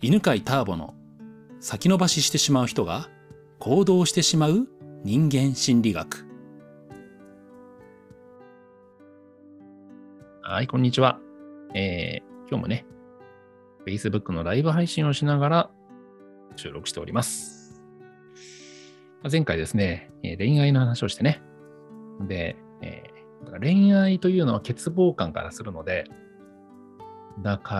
犬飼ターボの先延ばししてしまう人が行動してしまう人間心理学。 はい、こんにちは。今日もね、Facebook のライブ配信をしながら収録しております。前回ですね、恋愛の話をしてね。で、恋愛というのは欠乏感からするので、だから、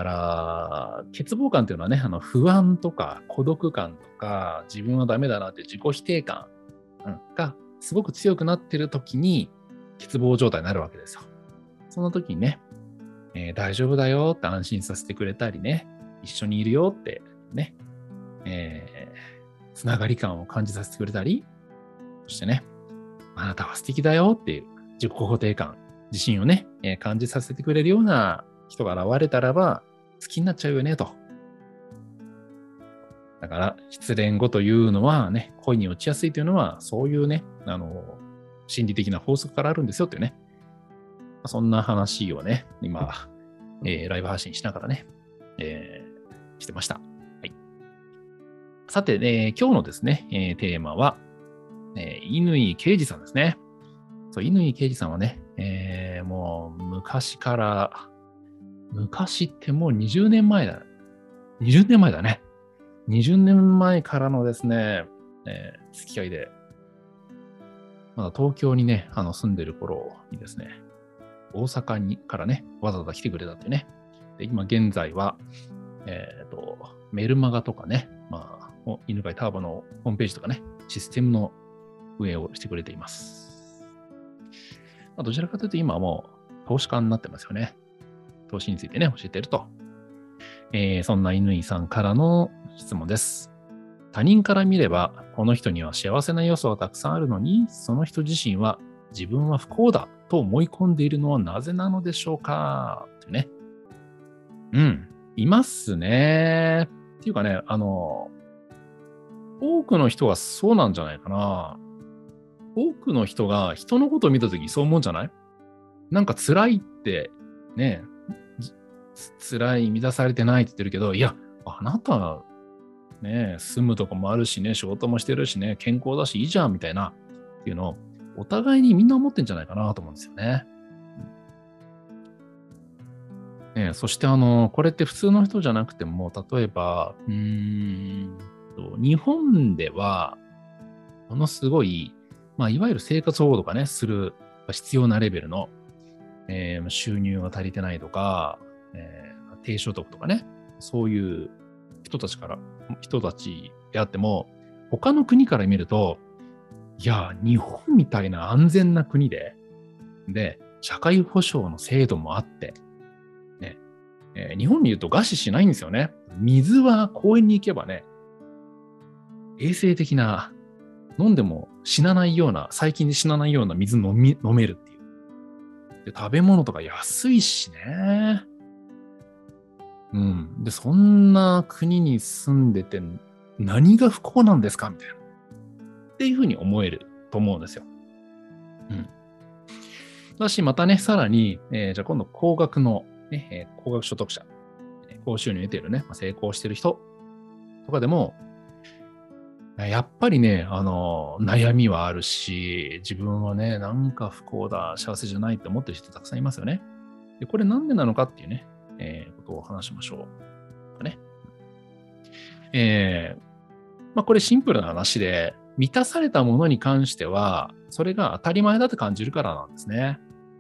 欠乏感というのはね、不安とか孤独感とか、自分はダメだなって自己否定感がすごく強くなっているときに、欠乏状態になるわけですよ。その時にね、大丈夫だよって安心させてくれたりね、一緒にいるよってね、つながり感を感じさせてくれたり、そしてね、あなたは素敵だよっていう自己肯定感、自信をね、感じさせてくれるような人が現れたらば好きになっちゃうよねと。だから失恋後というのはね、恋に落ちやすいというのはそういうね、心理的な法則からあるんですよっていうね。そんな話をね、今、ライブ配信しながらね、してました。はい。さて、今日のですね、テーマは、乾啓治さんですね。そう、乾啓治さんはね、もう昔ってもう20年前だ。20年前だね。20年前からのですね、付き合いで、まだ東京にね、住んでる頃にですね、大阪からね、わざわざ来てくれたってね。で、今現在は、メルマガとかね、犬飼ターボのホームページとかね、システムの運営をしてくれています。どちらかというと今はもう投資家になってますよね。投資についてね、教えていると。そんな乾さんからの質問です。他人から見れば、この人には幸せな要素がたくさんあるのに、その人自身は自分は不幸だと思い込んでいるのはなぜなのでしょうかってね。いますね。っていうかね、多くの人がそうなんじゃないかな。多くの人が人のことを見たときそう思うんじゃない？なんか辛いってね、辛い、満たされてないって言ってるけど、いや、あなたね、住むとこもあるしね、仕事もしてるしね、健康だしいいじゃんみたいなっていうのをお互いにみんな思ってんじゃないかなと思うんですよね。そしてこれって普通の人じゃなくても、例えば、日本では、ものすごい、いわゆる生活保護とかね、する必要なレベルの、収入が足りてないとか、低所得とかね、そういう人たちであっても、他の国から見ると、いや、日本みたいな安全な国で、社会保障の制度もあって、日本に言うと餓死しないんですよね。水は公園に行けばね、衛生的な、飲んでも死なないような、細菌で死なないような水飲めるっていう。で、食べ物とか安いしね。で、そんな国に住んでて何が不幸なんですかみたいな。っていうふうに思えると思うんですよ。だし、またね、さらに、じゃあ今度高額の、高額所得者、高収入を得ているね、成功している人とかでも、やっぱりね、悩みはあるし、自分はね、なんか不幸だ、幸せじゃないって思ってる人たくさんいますよね。で、これなんでなのかっていうね、ことを話しましょう。ね。これシンプルな話で、満たされたものに関しては、それが当たり前だと感じるからなんですね。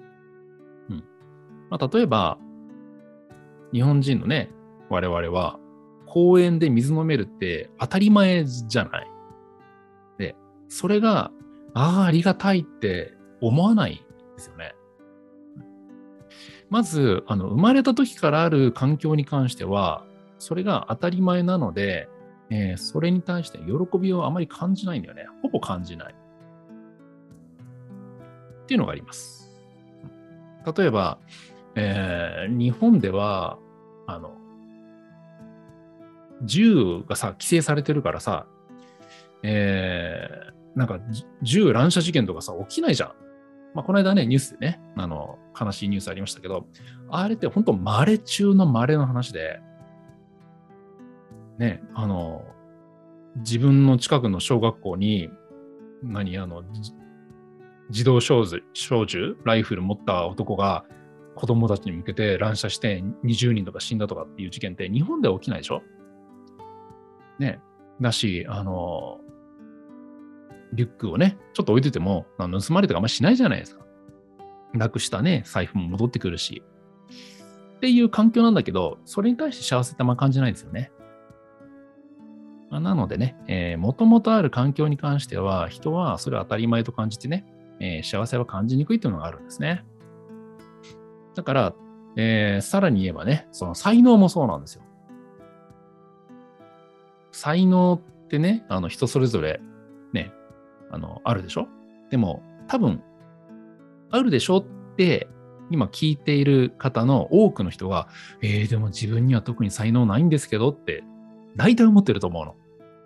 例えば、日本人のね、我々は、公園で水飲めるって当たり前じゃない。で、それが、ありがたいって思わないですよね。まず、生まれた時からある環境に関しては、それが当たり前なので、それに対して喜びをあまり感じないんだよね。ほぼ感じない。っていうのがあります。例えば、日本では、銃がさ、規制されてるからさ、なんか銃乱射事件とかさ、起きないじゃん。この間ね、ニュースでね、悲しいニュースありましたけど、あれって本当稀中の稀の話で、 ね、自分の近くの小学校に、自動小銃、ライフル持った男が子供たちに向けて乱射して20人とか死んだとかっていう事件って日本では起きないでしょ？ね。だし、リュックをね、ちょっと置いてても、盗まれとかあんまりしないじゃないですか。なくしたね、財布も戻ってくるし。っていう環境なんだけど、それに対して幸せってあんま感じないですよね。なのでね、もともとある環境に関しては、人はそれを当たり前と感じてね、幸せは感じにくいというのがあるんですね。だから、さらに言えばね、その才能もそうなんですよ。才能ってね、人それぞれね、あるでしょ？でも、多分、あるでしょって今聞いている方の多くの人が、でも自分には特に才能ないんですけどって大体思ってると思うの。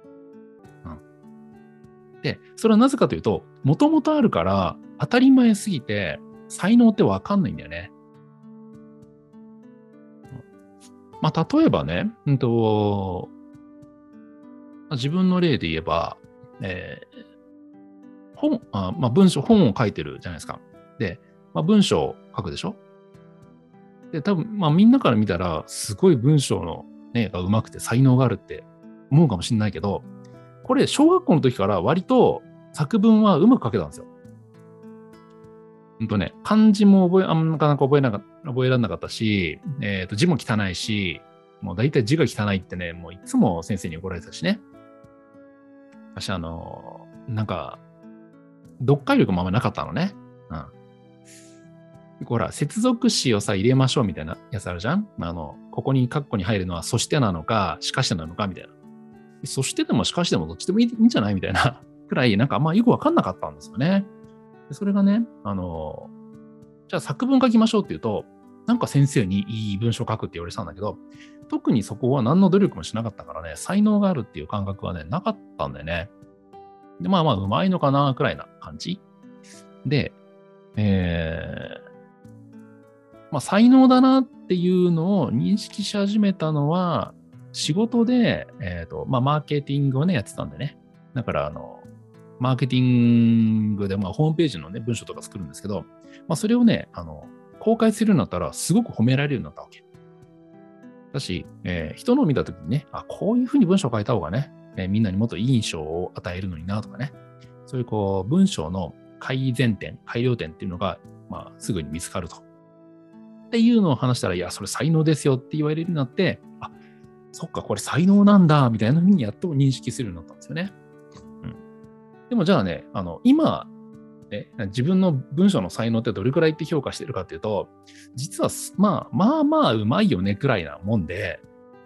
で、それはなぜかというと、もともとあるから当たり前すぎて才能ってわかんないんだよね。まあ、例えばね、自分の例で言えば、本を書いてるじゃないですか。で、文章を書くでしょ？で、多分、みんなから見たら、すごい文章のね、が上手くて才能があるって思うかもしれないけど、これ、小学校の時から割と作文はうまく書けたんですよ。漢字もなかなか覚えられなかったし、字も汚いし、もう大体字が汚いってね、もういつも先生に怒られたしね。私、なんか、読解力もあんまなかったのね。ほら、接続詞を入れましょうみたいなやつあるじゃん？ここに括弧に入るのは、そしてなのか、しかしてなのかみたいな。そしてでもしかしてもどっちでもいいんじゃないみたいなくらい、なんかあんまよくわかんなかったんですよね。でそれがね、じゃあ作文書きましょうって言うと、なんか先生にいい文章書くって言われてたんだけど、特にそこは何の努力もしなかったからね、才能があるっていう感覚はね、なかったんだよね。で、うまいのかな、くらいな感じ。で、才能だなっていうのを認識し始めたのは、仕事で、マーケティングをね、やってたんでね。だから、マーケティングで、ホームページのね、文章とか作るんですけど、それをね、公開するようになったら、すごく褒められるようになったわけ。だし、人のを見たときにね、こういうふうに文章を書いた方がね、みんなにもっといい印象を与えるのになとかね、そういう文章の改善点、改良点っていうのが、すぐに見つかると。っていうのを話したら、いや、それ才能ですよって言われるようになって、そっか、これ才能なんだ、みたいなふうにやっと認識するようになったんですよね。でもじゃあね、今、ね、自分の文章の才能ってどれくらいって評価してるかっていうと、実は、うまいよねくらいなもんで、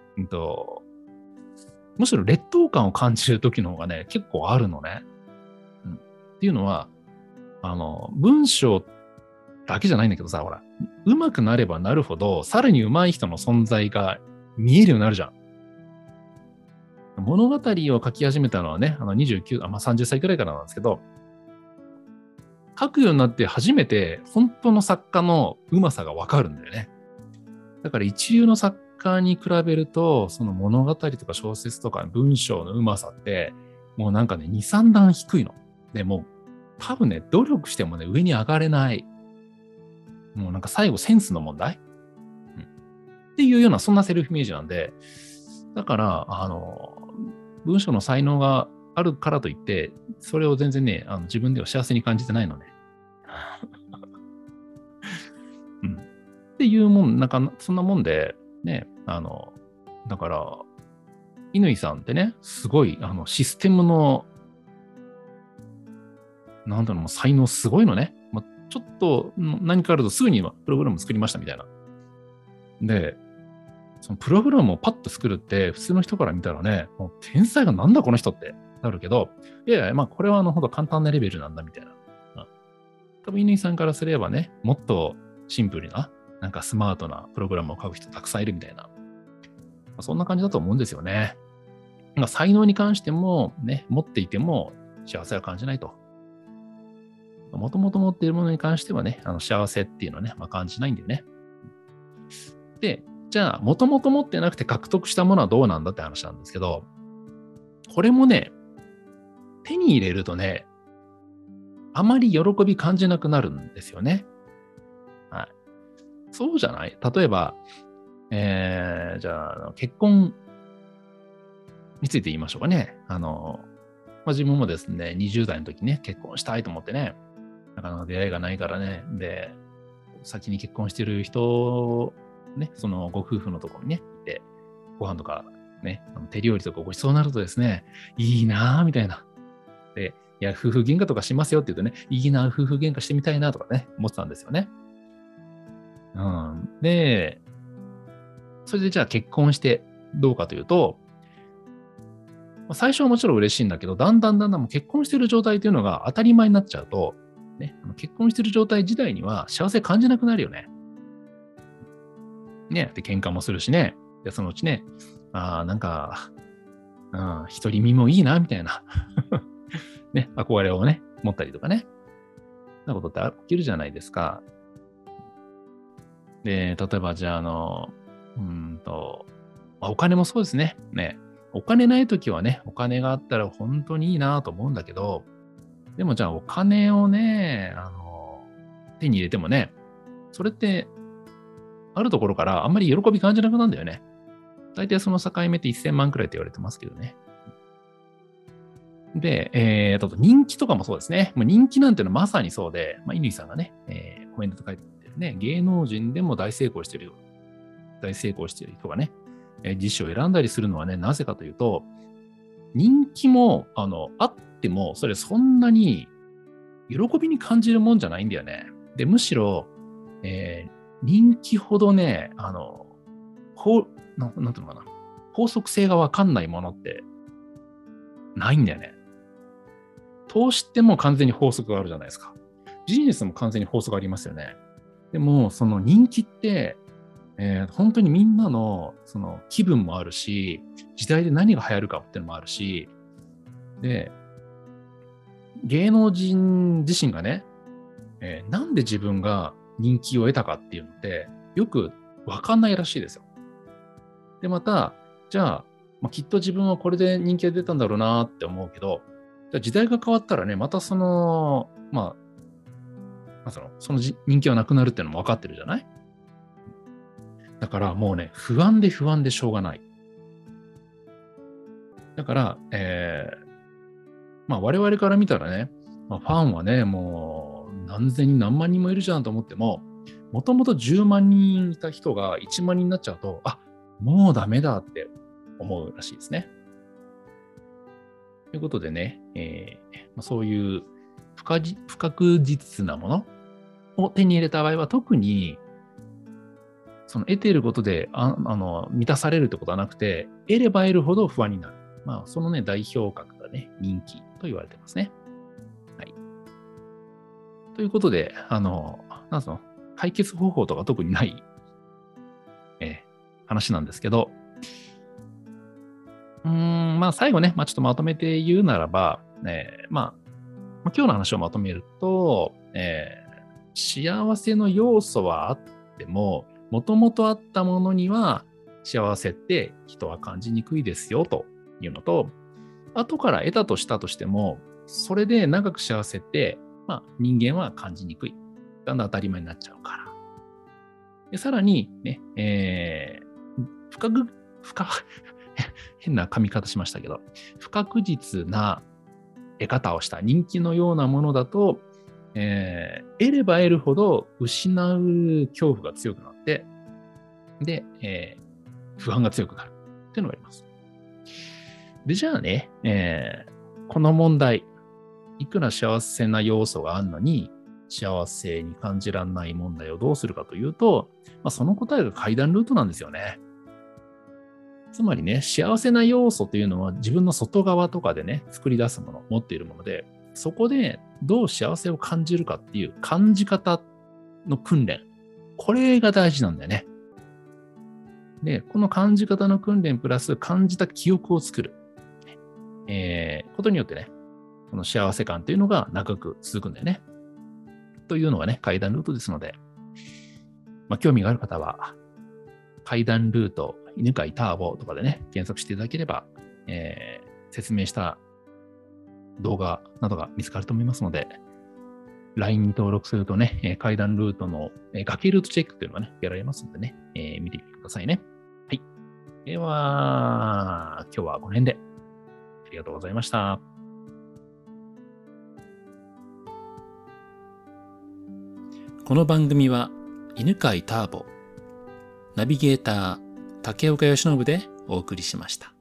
むしろ劣等感を感じる時の方がね、結構あるのね。っていうのは、文章だけじゃないんだけどさ、ほら、上手くなればなるほど、さらに上手い人の存在が見えるようになるじゃん。物語を書き始めたのはね、30歳くらいからなんですけど、書くようになって初めて本当の作家の上手さがわかるんだよね。だから一流の作家に比べると、その物語とか小説とか文章の上手さって、もうなんかね、2、3段低いの。で、もう多分ね、努力してもね、上に上がれない。もうなんか最後センスの問題、っていうような、そんなセルフイメージなんで、だから、文章の才能があるからといって、それを全然ね、自分では幸せに感じてないのね。っていうもん、なんか、そんなもんで、ね、だから、乾さんってね、すごい、システムの、なんだろう、才能すごいのね。ちょっと何かあるとすぐにプログラム作りましたみたいな。で、そのプログラムをパッと作るって、普通の人から見たらね、もう天才がなんだこの人ってなるけど、いやいや、これはほんと簡単なレベルなんだみたいな。多分、乾さんからすればね、もっとシンプルな、なんかスマートなプログラムを書く人たくさんいるみたいな。そんな感じだと思うんですよね。才能に関しても、ね、持っていても幸せは感じないと。もともと持っているものに関してはね、幸せっていうのはね、感じないんだよね。で、 じゃあ、もともと持ってなくて獲得したものはどうなんだって話なんですけど、これもね、手に入れるとね、あまり喜び感じなくなるんですよね。はい。そうじゃない？例えば、じゃあ、結婚について言いましょうかね。自分もですね、20代の時ね、結婚したいと思ってね、なかなか出会いがないからね、で、先に結婚してる人、ね、そのご夫婦のところにね、行って、ご飯とかね、手料理とかごちそうになるとですね、いいなぁ、みたいな。で、いや、夫婦喧嘩とかしますよって言うとね、いいな、夫婦喧嘩してみたいなとかね、思ってたんですよね。うん。で、それでじゃあ結婚してどうかというと、最初はもちろん嬉しいんだけど、だんだんもう結婚している状態というのが当たり前になっちゃうと、ね、結婚している状態自体には幸せ感じなくなるよね。ね、で、喧嘩もするしね。で、そのうちね、なんか、独り身もいいな、みたいな。ね、憧れをね、持ったりとかね。そんなことって起きるじゃないですか。で、例えばじゃあ、お金もそうですね。ね。お金ないときはね、お金があったら本当にいいなと思うんだけど、でもじゃあお金をね、手に入れてもね、それって、あるところからあんまり喜び感じなくなるんだよね。大体その境目って1000万くらいって言われてますけどね。で、人気とかもそうですね。もう人気なんていうのはまさにそうで、乾さんがね、コメントと書いてるね、芸能人でも大成功している人がね、自主を選んだりするのはね、なぜかというと、人気も、あっても、それそんなに喜びに感じるもんじゃないんだよね。で、むしろ、人気ほどね、なんていうのかな、法則性がわかんないものってないんだよね。投資ってもう完全に法則があるじゃないですか。ビジネスも完全に法則ありますよね。でも、その人気って、本当にみんなのその気分もあるし、時代で何が流行るかっていうのもあるし、で、芸能人自身がね、なんで自分が人気を得たかっていうのって、よくわかんないらしいですよ。で、また、じゃあ、きっと自分はこれで人気が出たんだろうなって思うけど、じゃあ時代が変わったらね、またその、その人気はなくなるっていうのも分かってるじゃない？だからもうね、不安でしょうがない。だから、我々から見たらね、ファンはね、もう何千人何万人もいるじゃんと思っても、もともと10万人いた人が1万人になっちゃうと、もうダメだって思うらしいですね。ということでね、そういう不確実なものを手に入れた場合は特にその得ていることで満たされるってことはなくて、得れば得るほど不安になる。そのね、代表格がね、人気と言われてますね。はい。ということで、解決方法とか特にない、話なんですけど、最後ね、ちょっとまとめて言うならば、今日の話をまとめると、幸せの要素はあっても、もともとあったものには幸せって人は感じにくいですよというのと、後から得たとしたとしても、それで長く幸せって、人間は感じにくい。だんだん当たり前になっちゃうから。でさらにね、変な噛み方しましたけど、不確実な得方をした人気のようなものだと、得れば得るほど失う恐怖が強くなって、で、不安が強くなるっていうのがあります。で、じゃあね、この問題、いくら幸せな要素があるのに、幸せに感じられない問題をどうするかというと、その答えが階段ルートなんですよね。つまりね、幸せな要素というのは自分の外側とかでね、作り出すもの、持っているもので、そこでどう幸せを感じるかっていう感じ方の訓練。これが大事なんだよね。で、この感じ方の訓練プラス感じた記憶を作る。ことによってね、この幸せ感というのが長く続くんだよね。というのがね、階段ルートですので、興味がある方は、 階段ルート、犬飼ターボとかでね、検索していただければ、説明した動画などが見つかると思いますので、LINE に登録するとね、階段ルートの崖ルートチェックというのがね、やられますのでね、見てみてくださいね。はい。では、今日はこの辺でありがとうございました。 この番組は犬飼ターボ、ナビゲーター竹岡由伸でお送りしました。